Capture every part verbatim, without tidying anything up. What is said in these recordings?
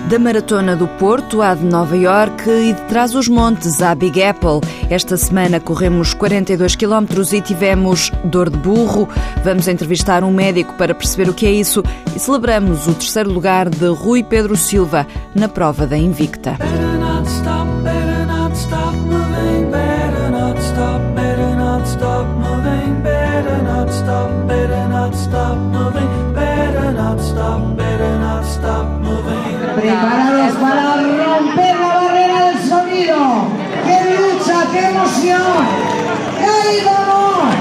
Da Maratona do Porto à de Nova Iorque e de Trás-os-Montes à Big Apple. Esta semana corremos quarenta e dois quilómetros e tivemos dor de burro. Vamos entrevistar um médico para perceber o que é isso e celebramos o terceiro lugar de Rui Pedro Silva na prova da Invicta. Preparados para romper la barrera del sonido. ¡Qué lucha, qué emoción! ¡Y ahí vamos!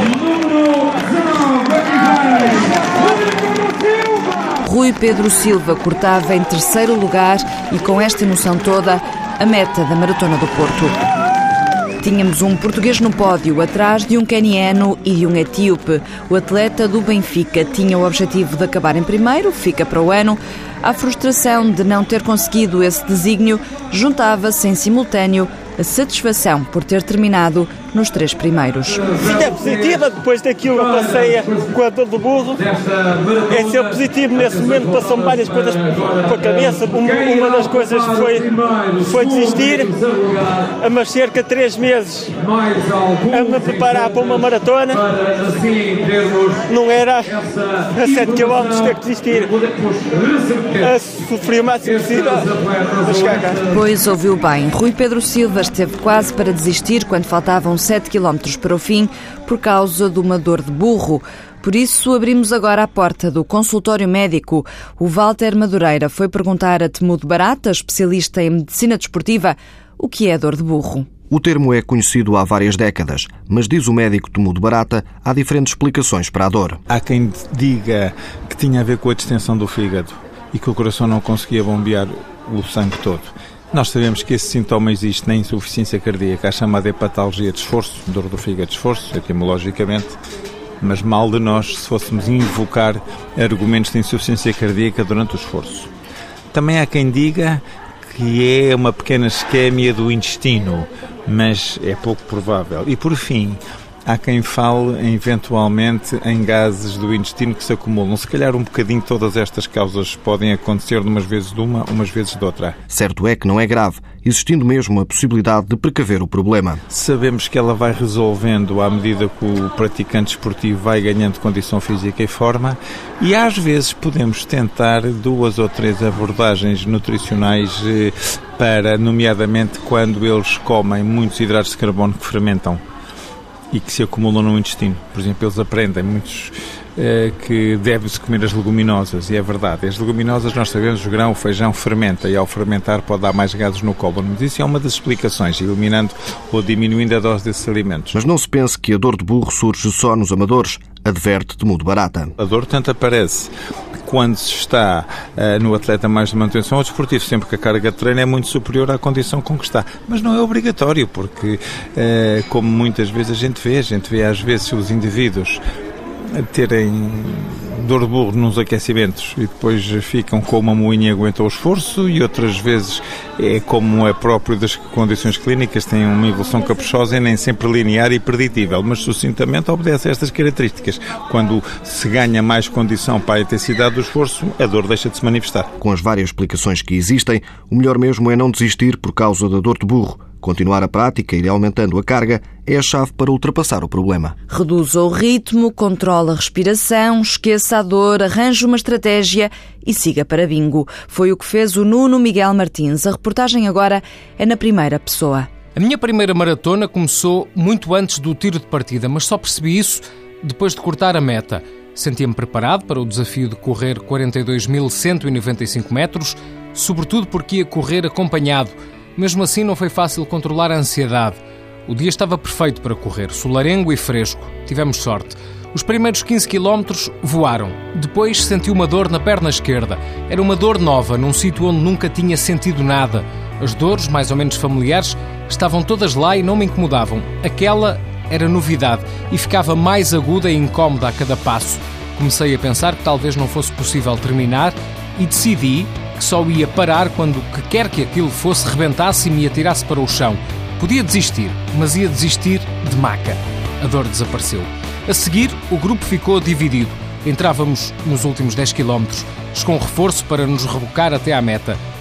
Rui Pedro Silva cortava em terceiro lugar e com esta emoção toda a meta da Maratona do Porto. Tínhamos um português no pódio, atrás de um queniano e de um etíope. O atleta do Benfica tinha o objetivo de acabar em primeiro, fica para o ano. À frustração de não ter conseguido esse desígnio, juntava-se em simultâneo a satisfação por ter terminado nos três primeiros. Fiquei positiva depois daquilo que eu passei com a dor do burro. É ser positivo nesse momento, passam várias coisas pela cabeça. Uma das coisas foi, foi desistir, a mais cerca de três meses a me preparar para uma maratona. Não era a sete quilómetros ter que desistir, a sofrer o máximo possível a chegar cá. Pois ouviu bem, Rui Pedro Silva esteve quase para desistir quando faltavam sete quilómetros para o fim por causa de uma dor de burro. Por isso, abrimos agora a porta do consultório médico. O Walter Madureira foi perguntar a Temudo Barata, especialista em medicina desportiva, o que é dor de burro. O termo é conhecido há várias décadas, mas diz o médico Temudo Barata, há diferentes explicações para a dor. Há quem diga que tinha a ver com a distensão do fígado e que o coração não conseguia bombear o sangue todo. Nós sabemos que esse sintoma existe na insuficiência cardíaca, a chamada hepatalgia de esforço, dor do fígado de esforço, etimologicamente, mas mal de nós se fôssemos invocar argumentos de insuficiência cardíaca durante o esforço. Também há quem diga que é uma pequena isquémia do intestino, mas é pouco provável. E por fim, há quem fale, eventualmente, em gases do intestino que se acumulam. Se calhar um bocadinho todas estas causas podem acontecer de umas vezes de uma, umas vezes de outra. Certo é que não é grave, existindo mesmo a possibilidade de precaver o problema. Sabemos que ela vai resolvendo à medida que o praticante esportivo vai ganhando condição física e forma, e às vezes podemos tentar duas ou três abordagens nutricionais para, nomeadamente, quando eles comem muitos hidratos de carbono que fermentam e que se acumulam no intestino. Por exemplo, eles aprendem, muitos, eh, que deve-se comer as leguminosas, e é verdade. As leguminosas, nós sabemos, o grão, o feijão fermenta, e ao fermentar pode dar mais gases no cólon. Mas isso é uma das explicações, eliminando ou diminuindo a dose desses alimentos. Mas não se pense que a dor de burro surge só nos amadores, adverte Temudo Barata. A dor tanto aparece quando se está uh, no atleta mais de manutenção ou desportivo, sempre que a carga de treino é muito superior à condição com que está. Mas não é obrigatório, porque, uh, como muitas vezes a gente vê, a gente vê às vezes os indivíduos terem dor de burro nos aquecimentos e depois ficam com uma moinha e aguentam o esforço, e outras vezes é como é próprio das condições clínicas, têm uma evolução caprichosa e nem sempre linear e preditível, mas sucintamente obedece a estas características. Quando se ganha mais condição para a intensidade do esforço, a dor deixa de se manifestar. Com as várias explicações que existem, o melhor mesmo é não desistir por causa da dor de burro. Continuar a prática e ir aumentando a carga é a chave para ultrapassar o problema. Reduza o ritmo, controla a respiração, esqueça a dor, arranje uma estratégia e siga para bingo. Foi o que fez o Nuno Miguel Martins. A reportagem agora é na primeira pessoa. A minha primeira maratona começou muito antes do tiro de partida, mas só percebi isso depois de cortar a meta. Sentia-me preparado para o desafio de correr quarenta e dois mil cento e noventa e cinco metros, sobretudo porque ia correr acompanhado. Mesmo assim, não foi fácil controlar a ansiedade. O dia estava perfeito para correr, solarengo e fresco. Tivemos sorte. Os primeiros quinze quilómetros voaram. Depois senti uma dor na perna esquerda. Era uma dor nova, num sítio onde nunca tinha sentido nada. As dores, mais ou menos familiares, estavam todas lá e não me incomodavam. Aquela era novidade e ficava mais aguda e incómoda a cada passo. Comecei a pensar que talvez não fosse possível terminar e decidi que só ia parar quando o que quer que aquilo fosse rebentasse e me atirasse para o chão. Podia desistir, mas ia desistir de maca. A dor desapareceu. A seguir, o grupo ficou dividido. Entrávamos nos últimos dez quilómetros. Chegou um reforço para nos rebocar até à meta.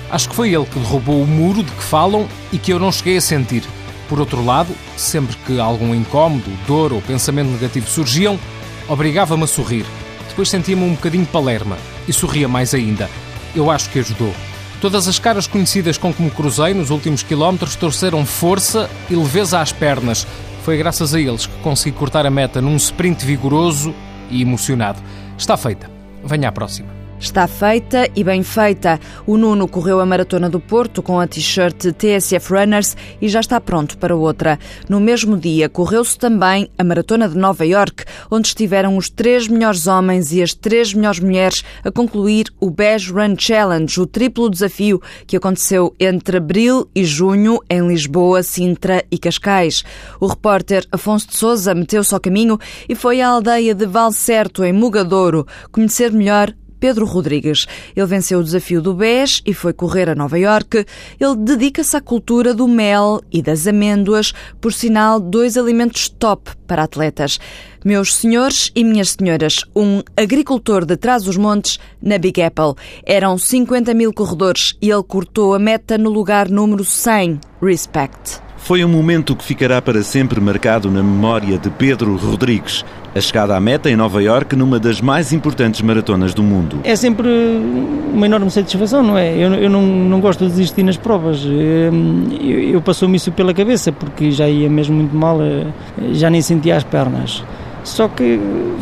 Acho que foi ele que derrubou o muro de que falam e que eu não cheguei a sentir. Por outro lado, sempre que algum incómodo, dor ou pensamento negativo surgiam, obrigava-me a sorrir. Depois sentia-me um bocadinho palerma e sorria mais ainda. Eu acho que ajudou. Todas as caras conhecidas com que me cruzei nos últimos quilómetros torceram força e leveza às pernas. Foi graças a eles que consegui cortar a meta num sprint vigoroso e emocionado. Está feita. Venha à próxima. Está feita e bem feita. O Nuno correu a Maratona do Porto com a t-shirt T S F Runners e já está pronto para outra. No mesmo dia, correu-se também a Maratona de Nova Iorque, onde estiveram os três melhores homens e as três melhores mulheres a concluir o Beige Run Challenge, o triplo desafio que aconteceu entre abril e junho em Lisboa, Sintra e Cascais. O repórter Afonso de Sousa meteu-se ao caminho e foi à aldeia de Valcerto, em Mugadouro, conhecer melhor Pedro Rodrigues. Ele venceu o desafio do Beige e foi correr a Nova Iorque. Ele dedica-se à cultura do mel e das amêndoas, por sinal, dois alimentos top para atletas. Meus senhores e minhas senhoras, um agricultor de Trás-os-Montes na Big Apple. Eram cinquenta mil corredores e ele cortou a meta no lugar número cem. Respect. Foi um momento que ficará para sempre marcado na memória de Pedro Rodrigues. A chegada à meta em Nova Iorque numa das mais importantes maratonas do mundo. É sempre uma enorme satisfação, não é? Eu, eu não, não gosto de desistir nas provas. Eu, eu passou-me isso pela cabeça, porque já ia mesmo muito mal, já nem sentia as pernas. Só que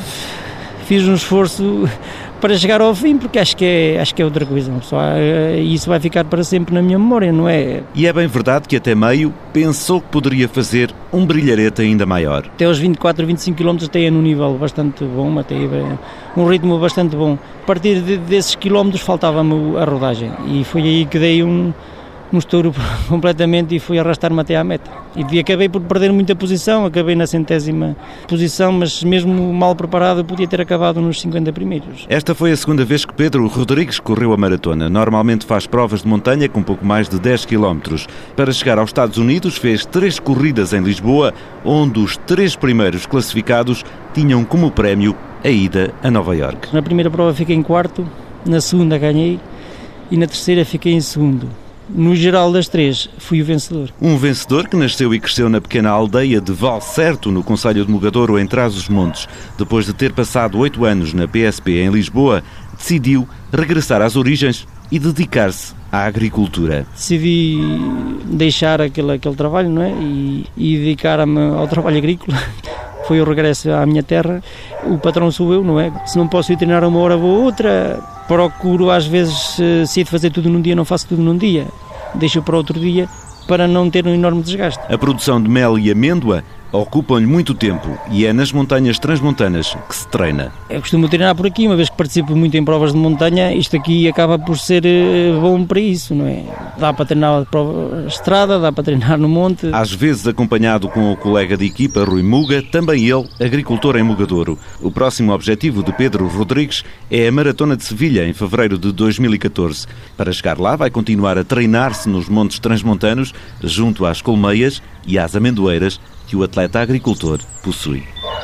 fiz um esforço para chegar ao fim, porque acho que é, acho que é outra coisa, pessoal. E isso vai ficar para sempre na minha memória, não é? E é bem verdade que até meio pensou que poderia fazer um brilharete ainda maior. Até aos vinte e quatro, vinte e cinco quilómetros até num nível bastante bom, até um ritmo bastante bom. A partir de, desses quilómetros faltava-me a rodagem e foi aí que dei um, um estouro completamente e fui arrastar-me até à meta. E acabei por perder muita posição, acabei na centésima posição, mas mesmo mal preparado podia ter acabado nos cinquenta primeiros. Esta foi a segunda vez que Pedro Rodrigues correu a maratona. Normalmente faz provas de montanha com pouco mais de dez quilómetros. Para chegar aos Estados Unidos fez três corridas em Lisboa, onde os três primeiros classificados tinham como prémio a ida a Nova Iorque. Na primeira prova fiquei em quarto, na segunda ganhei e na terceira fiquei em segundo. No geral das três, fui o vencedor. Um vencedor que nasceu e cresceu na pequena aldeia de Valcerto, no concelho de Mugadouro, em Trás-os-Montes. Depois de ter passado oito anos na P S P em Lisboa, decidiu regressar às origens e dedicar-se à agricultura. Decidi deixar aquele, aquele trabalho, não é? E, e dedicar-me ao trabalho agrícola. Foi o regresso à minha terra. O patrão sou eu, não é? Se não posso ir treinar uma hora, vou a outra. Procuro, às vezes, se é de fazer tudo num dia, não faço tudo num dia. Deixo para outro dia para não ter um enorme desgaste. A produção de mel e amêndoa ocupam-lhe muito tempo e é nas montanhas transmontanas que se treina. Eu costumo treinar por aqui, uma vez que participo muito em provas de montanha, isto aqui acaba por ser bom para isso, não é? Dá para treinar na estrada, dá para treinar no monte. Às vezes acompanhado com o colega de equipa, Rui Muga, também ele, agricultor em Mugadouro. O próximo objetivo de Pedro Rodrigues é a Maratona de Sevilha, em fevereiro de dois mil e catorze. Para chegar lá vai continuar a treinar-se nos montes transmontanos, junto às colmeias e às amendoeiras que o atleta agricultor possui.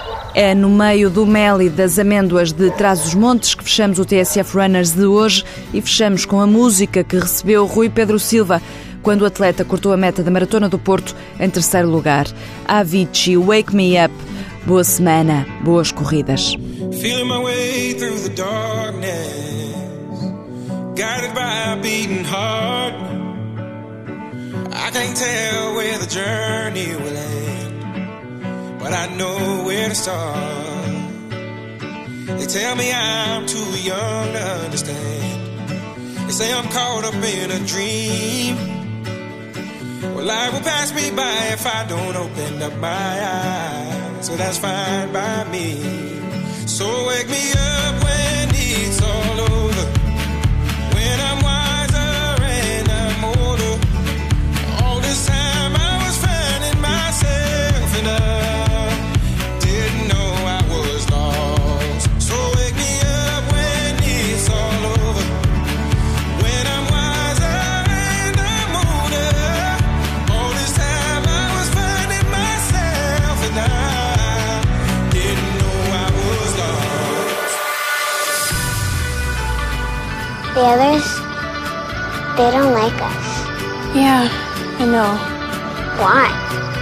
É no meio do mel e das amêndoas de Trás-os-Montes que fechamos o T S F Runners de hoje e fechamos com a música que recebeu Rui Pedro Silva quando o atleta cortou a meta da Maratona do Porto em terceiro lugar. Avicii, Wake Me Up. Boa semana, boas corridas. Feeling my way through the darkness, guided by a beating heart. I can't tell where the journey will end, but I know where to start. They tell me I'm too young to understand. They say I'm caught up in a dream. Well, life will pass me by if I don't open up my eyes. So that's fine by me. So wake me up when it's all over, when I'm wiser and I'm older. All this time I was finding myself and I didn't know I was lost. So wake me up when it's all over, when I'm wiser and I'm older. All this time I was finding myself and I didn't know I was lost. Feathers They don't like us. Yeah, I know. Why?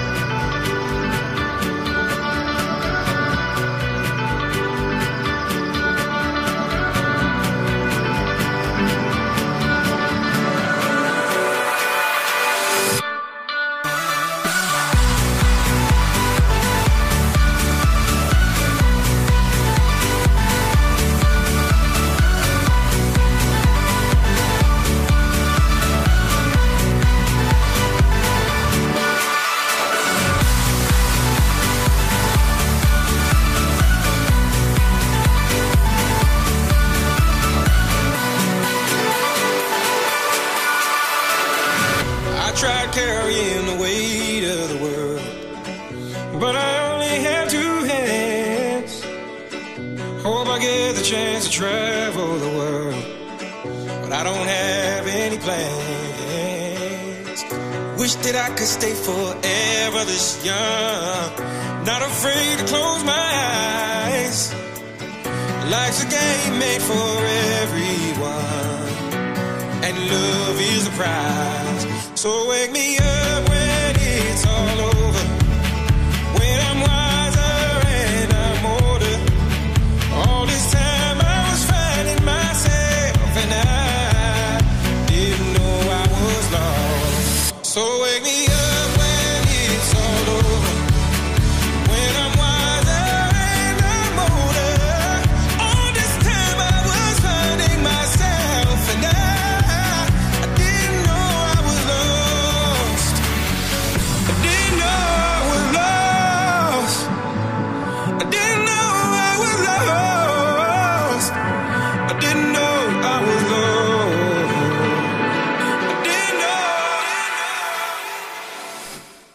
Tried carrying the weight of the world, but I only have two hands. Hope I get the chance to travel the world, but I don't have any plans. Wish that I could stay forever this young, not afraid to close my eyes. Life's a game made for everyone, and love is the prize. So wake me up